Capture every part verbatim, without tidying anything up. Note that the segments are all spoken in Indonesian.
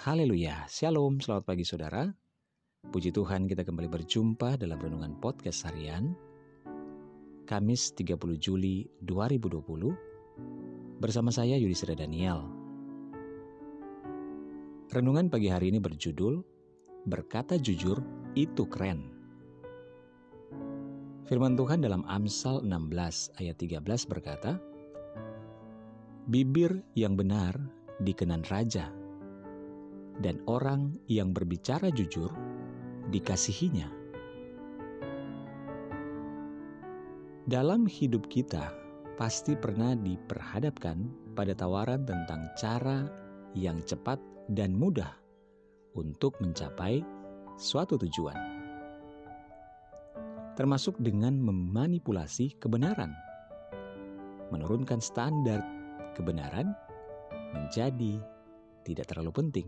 Haleluya, Shalom, selamat pagi saudara. Puji Tuhan kita kembali berjumpa dalam Renungan Podcast Harian Kamis tiga puluh Juli dua ribu dua puluh bersama saya Yudhistira Daniel. Renungan pagi hari ini berjudul Berkata Jujur Itu Keren. Firman Tuhan dalam Amsal enam belas ayat tiga belas berkata, Bibir yang benar dikenan raja, dan orang yang berbicara jujur dikasihinya. Dalam hidup kita pasti pernah diperhadapkan pada tawaran tentang cara yang cepat dan mudah untuk mencapai suatu tujuan, termasuk dengan memanipulasi kebenaran, menurunkan standar kebenaran menjadi tidak terlalu penting,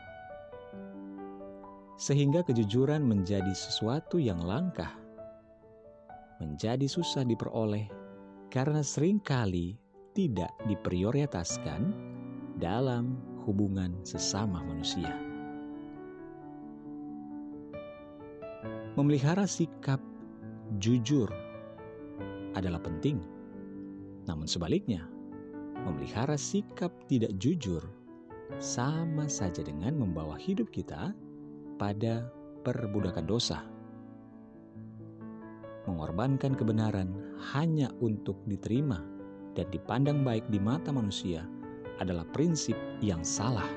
sehingga kejujuran menjadi sesuatu yang langka, menjadi susah diperoleh karena seringkali tidak diprioritaskan dalam hubungan sesama manusia. Memelihara sikap jujur adalah penting, namun sebaliknya, memelihara sikap tidak jujur sama saja dengan membawa hidup kita pada perbudakan dosa. Mengorbankan kebenaran hanya untuk diterima dan dipandang baik di mata manusia adalah prinsip yang salah.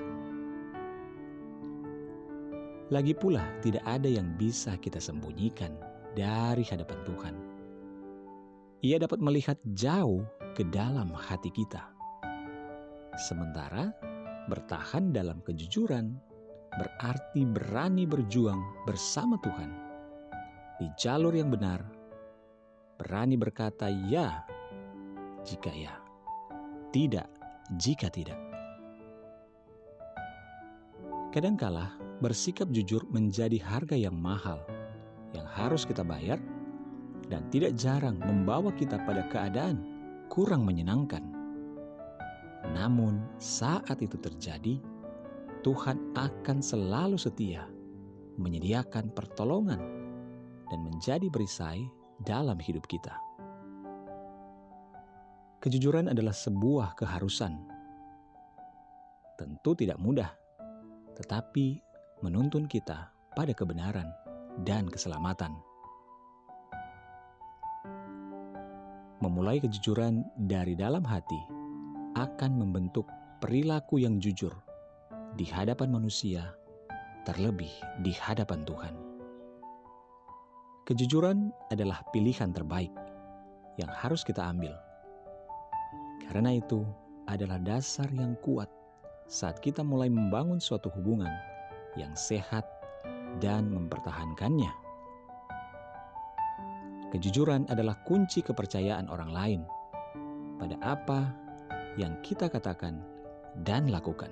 Lagi pula, tidak ada yang bisa kita sembunyikan dari hadapan Tuhan. Ia dapat melihat jauh ke dalam hati kita. Sementara bertahan dalam kejujuran berarti berani berjuang bersama Tuhan di jalur yang benar, berani berkata ya jika ya, tidak jika tidak. Kadangkala bersikap jujur menjadi harga yang mahal yang harus kita bayar, dan tidak jarang membawa kita pada keadaan kurang menyenangkan. Namun saat itu terjadi, Tuhan akan selalu setia menyediakan pertolongan dan menjadi perisai dalam hidup kita. Kejujuran adalah sebuah keharusan. Tentu tidak mudah, tetapi menuntun kita pada kebenaran dan keselamatan. Memulai kejujuran dari dalam hati akan membentuk perilaku yang jujur di hadapan manusia, terlebih di hadapan Tuhan. Kejujuran adalah pilihan terbaik yang harus kita ambil. Karena itu adalah dasar yang kuat saat kita mulai membangun suatu hubungan yang sehat dan mempertahankannya. Kejujuran adalah kunci kepercayaan orang lain pada apa yang kita katakan dan lakukan.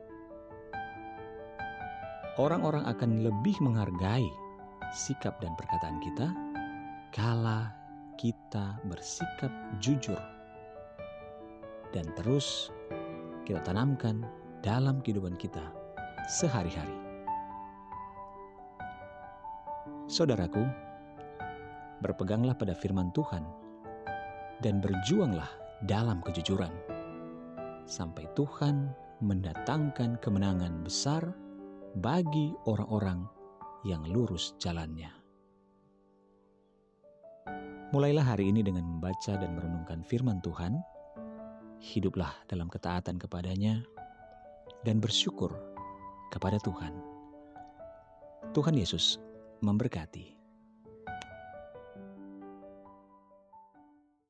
Orang-orang akan lebih menghargai sikap dan perkataan kita kala kita bersikap jujur dan terus kita tanamkan dalam kehidupan kita sehari-hari. Saudaraku, berpeganglah pada firman Tuhan dan berjuanglah dalam kejujuran sampai Tuhan mendatangkan kemenangan besar bagi orang-orang yang lurus jalannya. Mulailah hari ini dengan membaca dan merenungkan firman Tuhan. Hiduplah dalam ketaatan kepadanya dan bersyukur kepada Tuhan. Tuhan Yesus memberkati.